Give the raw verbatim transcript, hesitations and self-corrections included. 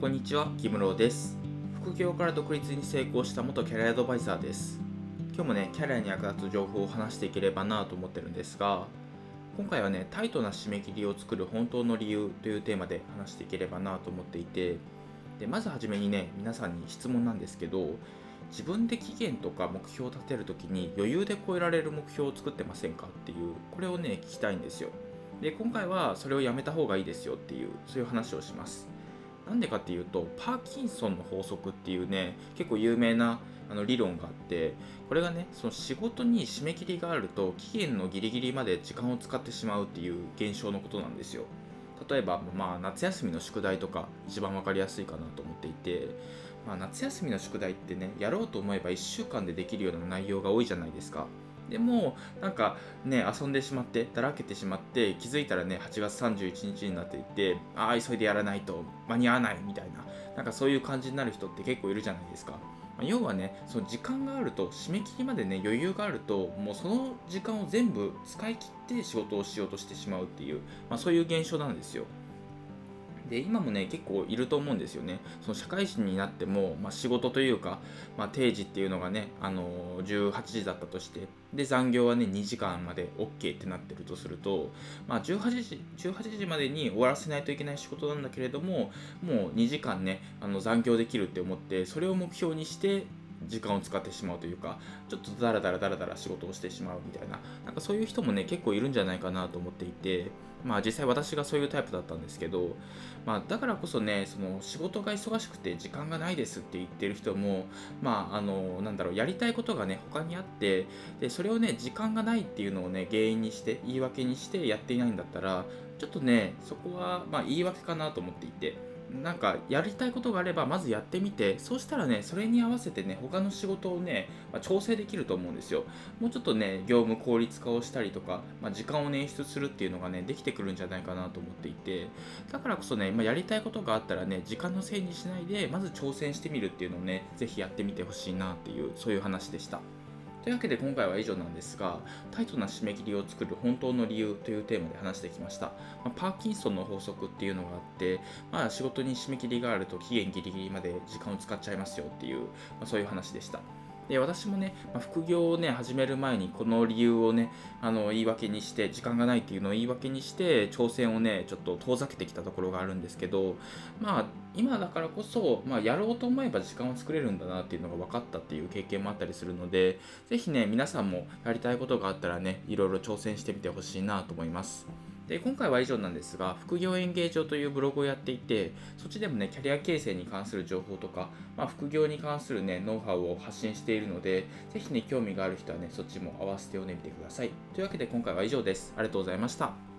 こんにちは、木室です。副業から独立に成功した元キャリアアドバイザーです。今日もね、キャリアに役立つ情報を話していければなと思ってるんですが、今回はね、タイトな締め切りを作る本当の理由というテーマで話していければなと思っていて、でまずはじめにね、皆さんに質問なんですけど、自分で期限とか目標を立てるときに余裕で超えられる目標を作ってませんかっていう、これをね、聞きたいんですよ。で、今回はそれをやめた方がいいですよっていう、そういう話をします。なんでかっていうと、パーキンソンの法則っていうね、結構有名なあの理論があって、これがね、その仕事に締め切りがあると、期限のギリギリまで時間を使ってしまうっていう現象のことなんですよ。例えば、まあ、夏休みの宿題とか、一番わかりやすいかなと思っていて、まあ、夏休みの宿題ってね、やろうと思えばいっしゅうかんでできるような内容が多いじゃないですか。でも、なんかね、遊んでしまって、だらけてしまって、気づいたらね、はちがつさんじゅういちにちになっていて、ああ、急いでやらないと間に合わないみたいな、なんかそういう感じになる人って結構いるじゃないですか。まあ要はね、その時間があると、締め切りまでね、余裕があると、もうその時間を全部使い切って仕事をしようとしてしまうっていう、まあ、そういう現象なんですよ。で今もね結構いると思うんですよね。その社会人になっても、まあ、仕事というか、まあ、定時っていうのがね、あのーじゅうはちじだったとして、で残業はねにじかんまで OK ってなってるとすると、まあ、じゅうはちじじゅうはちじまでに終わらせないといけない仕事なんだけれども、もうにじかんねあの残業できるって思って、それを目標にして時間を使ってしまうというか、ちょっとダラダラダラダラ仕事をしてしまうみたいな、なんかそういう人もね結構いるんじゃないかなと思っていて、まあ実際私がそういうタイプだったんですけど、まあだからこそね、その仕事が忙しくて時間がないですって言ってる人も、まああのなんだろう、やりたいことがね他にあって、でそれをね時間がないっていうのをね原因にして言い訳にしてやっていないんだったら、ちょっとねそこはまあ言い訳かなと思っていて。なんかやりたいことがあればまずやってみて、そうしたらねそれに合わせてね他の仕事をね、まあ、調整できると思うんですよ。もうちょっとね業務効率化をしたりとか、まあ、時間を捻出するっていうのがねできてくるんじゃないかなと思っていて、だからこそね、まあ、やりたいことがあったらね時間のせいにしないでまず挑戦してみるっていうのをねぜひやってみてほしいなっていう、そういう話でした。というわけで今回は以上なんですが、タイトな締め切りを作る本当の理由というテーマで話してきました。まあ、パーキンソンの法則っていうのがあって、まあ、仕事に締め切りがあると期限ギリギリまで時間を使っちゃいますよっていう、まあ、そういう話でした。で私もね、まあ、副業をね始める前にこの理由をねあの言い訳にして、時間がないっていうのを言い訳にして挑戦をねちょっと遠ざけてきたところがあるんですけど、まあ今だからこそ、まあ、やろうと思えば時間を作れるんだなっていうのが分かったっていう経験もあったりするので、ぜひね皆さんもやりたいことがあったらねいろいろ挑戦してみてほしいなと思います。で今回は以上なんですが、副業演芸場というブログをやっていて、そっちでもねキャリア形成に関する情報とか、まあ、副業に関するねノウハウを発信しているので、ぜひね興味がある人はねそっちも合わせて読んでみてください。というわけで今回は以上です。ありがとうございました。